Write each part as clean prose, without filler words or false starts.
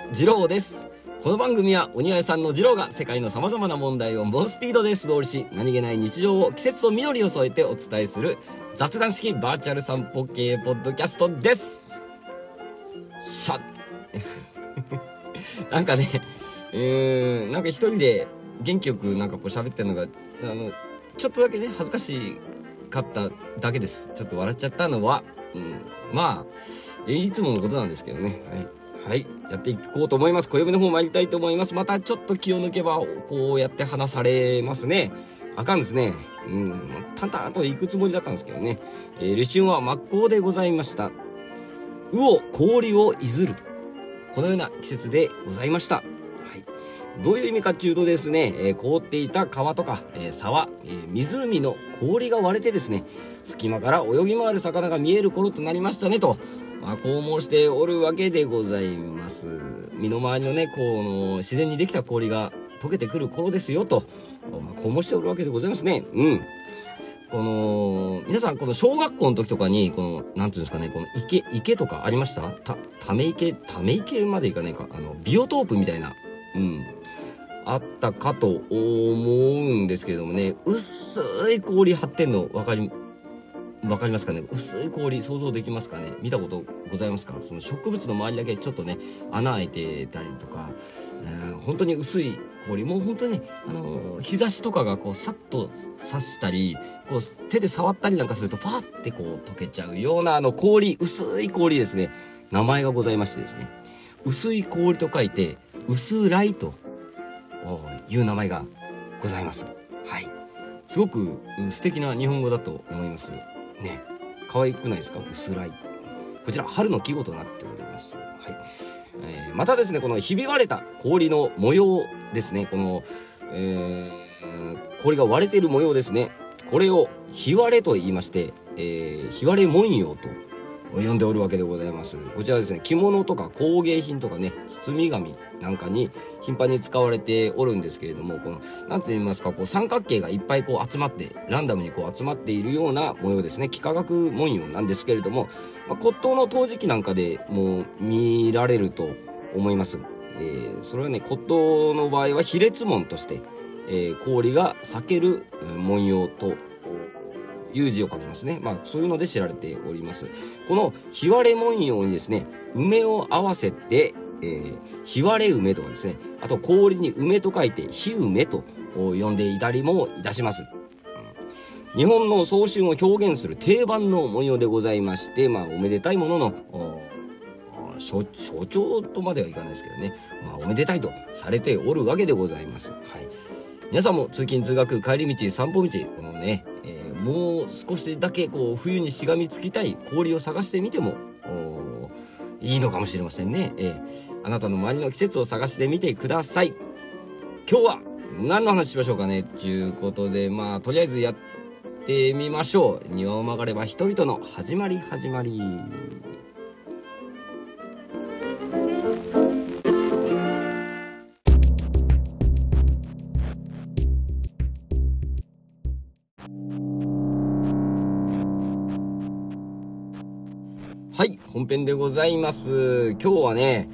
次郎です。この番組は鬼越さんの次郎が世界の様々な問題を猛スピードで素通りし、何気ない日常を季節と緑を添えてお伝えする雑談式バーチャル散歩系ポッドキャストです。なんかね、なんか一人で元気よくなんかこう喋ってるのが、ちょっとだけね、恥ずかしかっただけです。ちょっと笑っちゃったのは、まあ、いつものことなんですけどね。はい。やっていこうと思います。小読みの方参りたいと思います。またちょっと気を抜けば、こうやって話されますね。あかんですね。淡々と行くつもりだったんですけどね。立春は真っ向でございました。氷をいずると。このような季節でございました。はい。どういう意味かっていうとですね、凍っていた川とか、沢、湖の氷が割れてですね、隙間から泳ぎ回る魚が見える頃となりましたねと、こう申しておるわけでございます。身の回りのね、自然にできた氷が溶けてくる頃ですよと、こう申しておるわけでございますね。皆さん、この小学校の時とかに、なんていうんですかね、この池とかありました？ため池までいかないか、ビオトープみたいな、あったかと思うんですけれどもね、薄い氷張ってんのわかりますかね？薄い氷想像できますかね？見たことございますか？その植物の周りだけちょっとね、穴開いてたりとか、本当に薄い氷、もう本当に日差しとかがこうさっと刺したり、こう手で触ったりなんかするとファーってこう溶けちゃうような氷、薄い氷ですね。名前がございましてですね。薄い氷と書いて、薄らいという名前がございます。はい。すごく素敵な日本語だと思います。ね。可愛くないですか？薄らい。こちら、春の季語となっております。はい。またですね、このひび割れた氷の模様ですね。氷が割れている模様ですね。これを、ひ割れと言いまして、ひ割れ文様と呼んでおるわけでございます。こちらですね、着物とか工芸品とかね、包み紙なんかに頻繁に使われておるんですけれども、なんて言いますか、三角形がいっぱい集まって、ランダムに集まっているような模様ですね。幾何学文様なんですけれども、骨董の陶磁器なんかでもう見られると思います。それはね、骨董の場合は比列紋として、氷が裂ける文様と、いう字を書きますね。そういうので知られております。このひ割れ文様にですね、梅を合わせて、ひ割れ梅とかですね、あと氷に梅と書いてひ梅と呼んでいたりもいたします。日本の早春を表現する定番の文様でございまして、おめでたいものの象徴とまではいかないですけどね、おめでたいとされておるわけでございます。はい。皆さんも通勤通学帰り道散歩道、このね、もう少しだけ冬にしがみつきたい氷を探してみてもいいのかもしれませんね。あなたの周りの季節を探してみてください。今日は何の話しましょうかねということで、とりあえずやってみましょう。庭を曲がれば人々の始まり。はい、本編でございます。今日はね、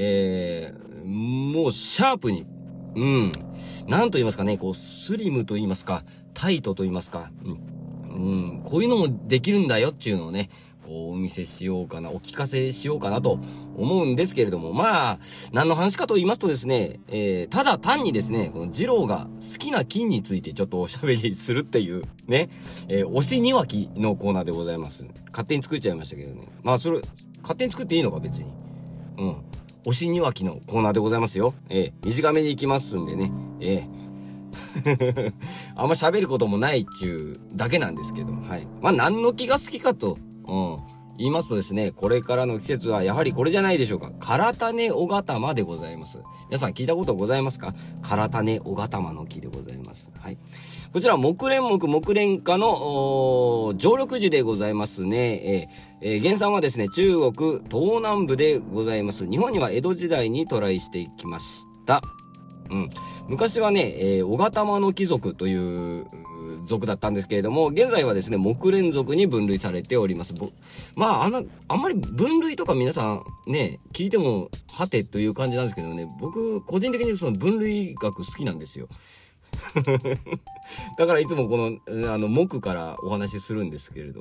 もうシャープに、なんと言いますかね、スリムと言いますか、タイトと言いますか、こういうのもできるんだよっていうのをね、お見せしようかな、お聞かせしようかなと思うんですけれども、何の話かと言いますとですね、ただ単にですね、この二郎が好きな菌についてちょっとおしゃべりするっていうね、推し庭木のコーナーでございます。勝手に作っちゃいましたけどね。それ、勝手に作っていいのか別に。推し庭木のコーナーでございますよ。短めに行きますんでね。あんま喋ることもないっちゅうだけなんですけど、はい。何の木が好きかと、言いますとですね、これからの季節はやはりこれじゃないでしょうか。唐種小頭でございます。皆さん聞いたことございますか？唐種小頭の木でございます。はい。こちら木蓮科の常緑樹でございますね。原産はですね、中国東南部でございます。日本には江戸時代に渡来してきました。 うん。昔はね、小型間の貴族という族だったんですけれども、現在はですね、木蓮族に分類されております。まあ、あんまり分類とか皆さんね、聞いても、はてという感じなんですけどね、僕、個人的にその分類学好きなんですよ。だからいつもこの、木からお話しするんですけれど、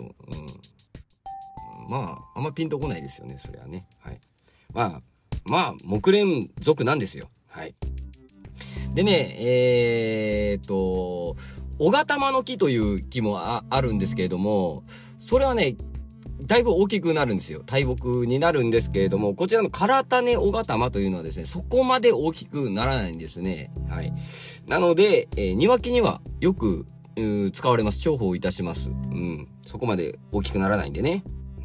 まあ、あんまピンとこないですよね、それはね。はい。まあ、木蓮族なんですよ。はい。でね、小型間の木という木もあるんですけれども、それはね、だいぶ大きくなるんですよ。大木になるんですけれども、こちらの唐種小型間というのはですね、そこまで大きくならないんですね。はい。なので、庭木にはよく、使われます。重宝いたします。うん。そこまで大きくならないんでね。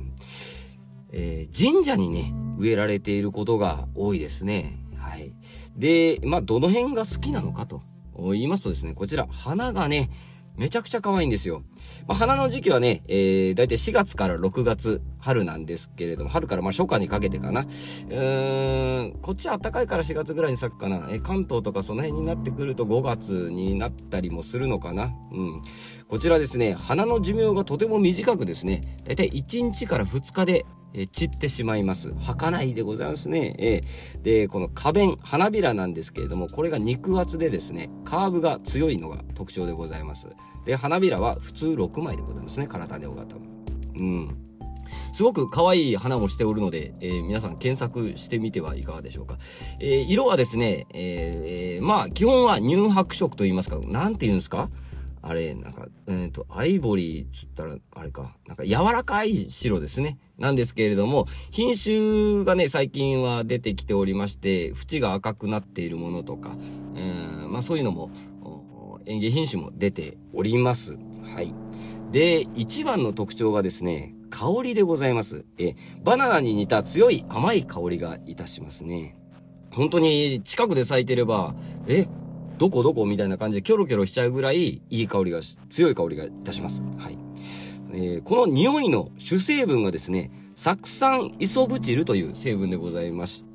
神社にね、植えられていることが多いですね。はい。で、まあ、どの辺が好きなのかと言いますとですね、こちら、花がね、めちゃくちゃ可愛いんですよ。まあ、花の時期はね、だいたい4月から6月、春なんですけれども、春からまあ初夏にかけてかな。こっちは暖かいから4月ぐらいに咲くかな。関東とかその辺になってくると5月になったりもするのかな。うん。こちらですね、花の寿命がとても短くですね、だいたい1日から2日で、散ってしまいます。儚いでございますね。で、この花弁、花びらなんですけれども、これが肉厚でですね、カーブが強いのが特徴でございます。で、花びらは普通6枚でございますね。唐種小型。うん。すごく可愛い花もしておるので、皆さん検索してみてはいかがでしょうか。色はですね、まあ、基本は乳白色と言いますか、なんて言うんですかあれ、なんか、アイボリーつったら、あれか、なんか柔らかい白ですね。なんですけれども、品種がね、最近は出てきておりまして、縁が赤くなっているものとか、まあそういうのも、園芸品種も出ております。はい。で、一番の特徴がですね、香りでございます。バナナに似た強い甘い香りがいたしますね。本当に近くで咲いてれば、どこみたいな感じでキョロキョロしちゃうぐらいいい香りが強い香りがいたします。はい。この匂いの主成分がですね、酢酸イソブチルという成分でございまして、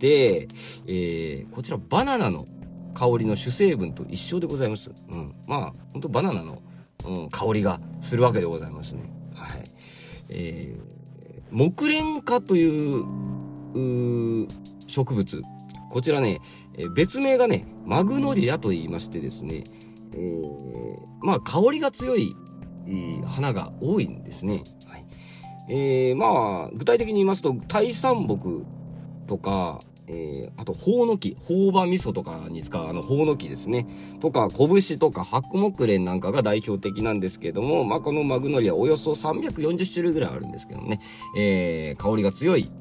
こちらバナナの香りの主成分と一緒でございます。うん。まあ、本当バナナの、香りがするわけでございますね。はい。木蓮花という植物。こちらね、別名がね、マグノリアと言いましてですね、まあ香りが強い、花が多いんですね。はい。まあ具体的に言いますと、タイ山木とか、あと、ホウノキ、ホウバ味噌とかに使うホウノキですね。とか、拳とか白木蓮なんかが代表的なんですけども、まあ、このマグノリアおよそ340種類ぐらいあるんですけどね、香りが強い、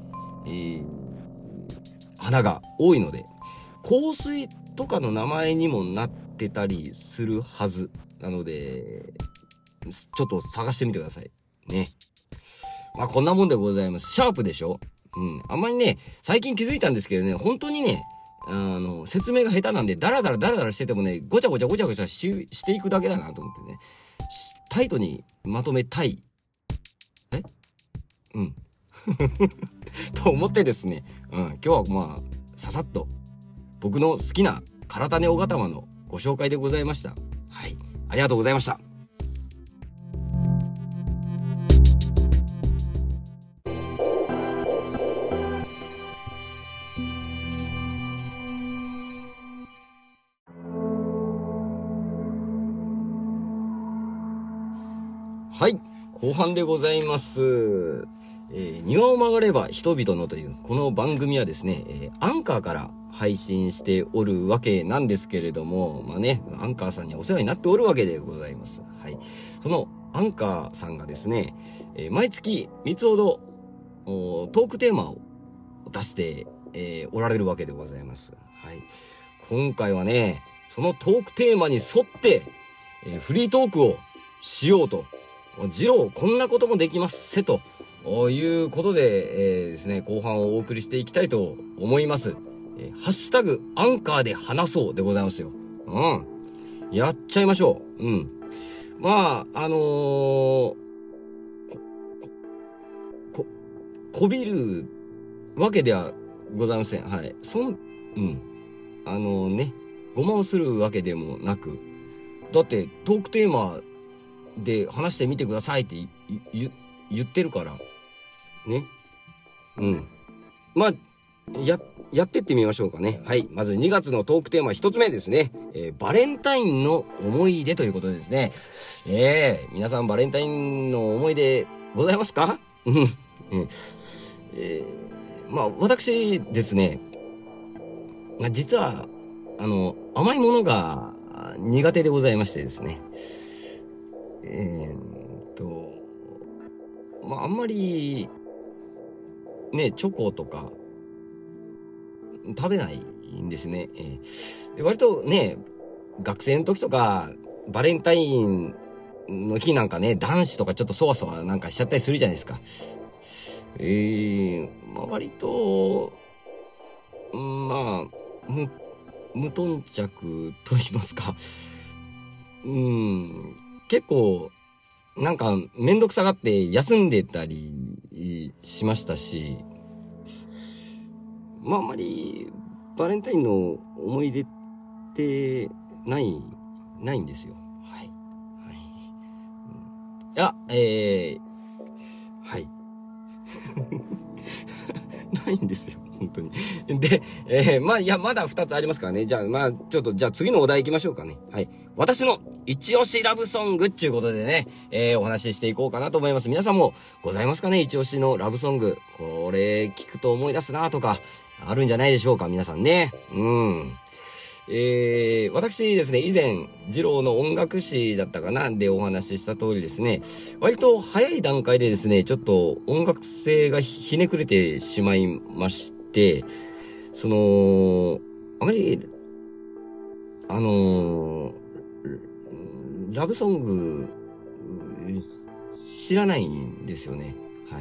花が多いので、香水とかの名前にもなってたりするはず。なので、ちょっと探してみてください。ね。まあ、こんなもんでございます。シャープでしょ？うん。あんまりね、最近気づいたんですけどね、本当にね、説明が下手なんで、ダラダラしててもね、ごちゃごちゃしていくだけだなと思ってね、タイトにまとめたい。うん。と思ってですね、今日はまあ、ささっと、僕の好きな唐種小型間のご紹介でございました。はい。ありがとうございました。はい。後半でございます。庭を曲がれば人々のという、この番組はですね、アンカーから配信しておるわけなんですけれども、まあね、アンカーさんにお世話になっておるわけでございます。はい。そのアンカーさんがですね、毎月3つほどトークテーマを出して、おられるわけでございます。はい。今回はね、そのトークテーマに沿って、フリートークをしようと。ジロー、こんなこともできますせということで、ですね、後半をお送りしていきたいと思います。ハッシュタグアンカーで話そうでございますよ。うん。やっちゃいましょう。うん。まあ、こびるわけではございません。はい。うん。ね。 ごまをするわけでもなく、だってトークテーマで話してみてくださいって言ってるから。ね。うん。まあ、やってってみましょうかね。はい。まず2月のトークテーマ一つ目ですね。バレンタインの思い出ということでですね。皆さんバレンタインの思い出ございますか？うん。まあ、私ですね、実は、甘いものが苦手でございましてですね。まあ、あんまり、ね、チョコとか、食べないんですね。割とね、学生の時とか、バレンタインの日なんかね、男子とかちょっとそわそわなんかしちゃったりするじゃないですか。まあ割と、まあ、無頓着と言いますか。結構、なんかめんどくさがって休んでたりしましたし、まああんまりバレンタインの思い出ってないんですよ。はい。はい。はい。ないんですよ。本当に。で、まあ、いや、まだ2つありますからね。じゃあ、まあ、ちょっと、じゃあ次のお題行きましょうかね。はい。私の一押しラブソングっていうことでね、お話ししていこうかなと思います。皆さんもございますかね？一押しのラブソング。これ聞くと思い出すなとか、あるんじゃないでしょうか、皆さんね。私ですね、以前、二郎の音楽史だったかなでお話しした通りですね、割と早い段階でですね、ちょっと音楽性がひねくれてしまいまして、あまり、ラブソング、知らないんですよね。はい。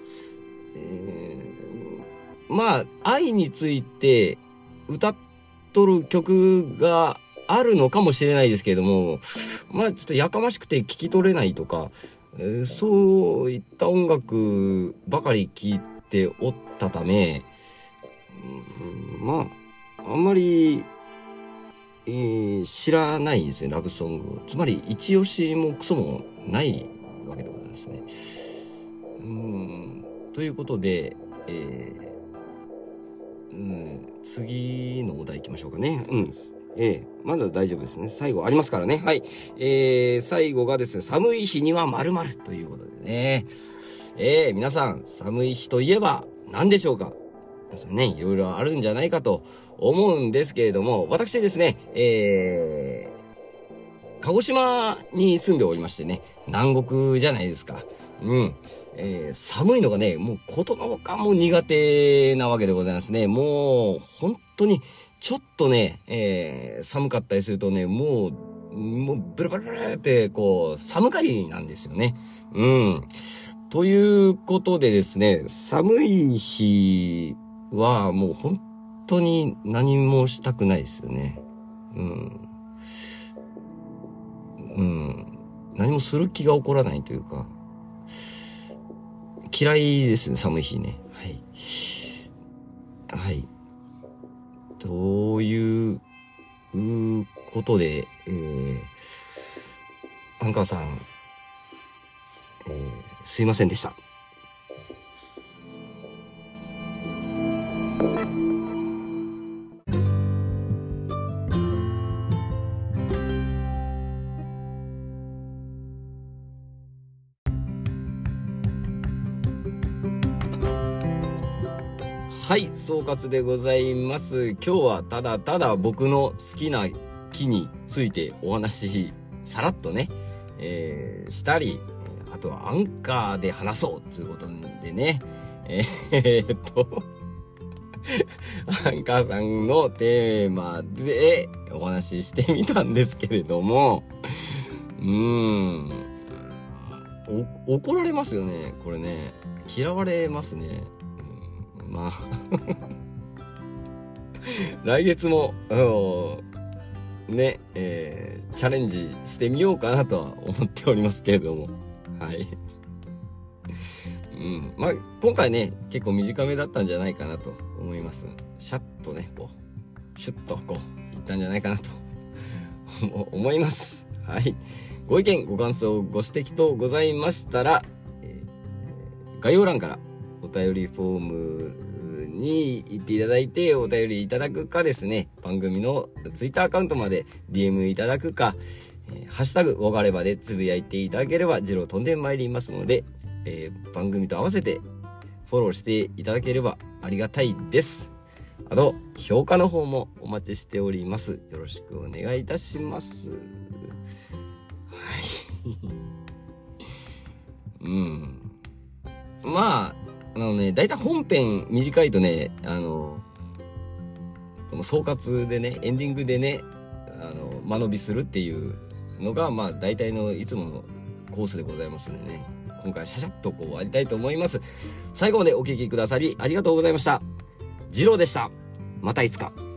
まあ、愛について歌っとる曲があるのかもしれないですけれども、まあちょっとやかましくて聞き取れないとか、そういった音楽ばかり聴いておったため、まあ、あんまり、知らないですね、ラブソング。つまり、一押しもクソもないわけでございますね。ということで、次のお題行きましょうかね。まだ大丈夫ですね。最後ありますからね。はい。最後がですね、寒い日には〇〇ということでね。皆さん、寒い日といえば何でしょうか？皆さんね、いろいろあるんじゃないかと思うんですけれども、私ですね、鹿児島に住んでおりましてね、南国じゃないですか。寒いのがね、もうことのほかも苦手なわけでございますね。もう、本当に、ちょっとね、寒かったりするとね、もう、ブルブルブルって、こう、寒がりなんですよね。ということでですね、寒い日はもう本当に何もしたくないですよね。何もする気が起こらないというか、嫌いですね、寒い日ね。はい。はい。ということで、アンカーさん、すいませんでした。はい、総括でございます。今日はただただ僕の好きな木についてお話さらっとね、したり、あとはアンカーで話そうということでね、アンカーさんのテーマでお話ししてみたんですけれども、怒られますよね、これね。嫌われますね。まあ来月もね、チャレンジしてみようかなとは思っておりますけれども、はいまあ今回ね結構短めだったんじゃないかなと思います。シャッとねこうシュッとこういっったんじゃないかなと思います。はい。ご意見、ご感想、ご指摘とございましたら、概要欄からお便りフォームに行っていただいてお便りいただくかですね、番組のツイッターアカウントまで DM いただくか、ハッシュタグ、わがればでつぶやいていただければ、ジロー飛んでまいりますので、番組と合わせてフォローしていただければありがたいです。あと、評価の方もお待ちしております。よろしくお願いいたします。はい。まあ、だいたい本編短いとね、この総括でね、エンディングでね、間延びするっていうのが、まあ、大体のいつものコースでございますのでね、今回はシャシャッとこう終わりたいと思います。最後までお聞きくださりありがとうございました。ジローでした。またいつか。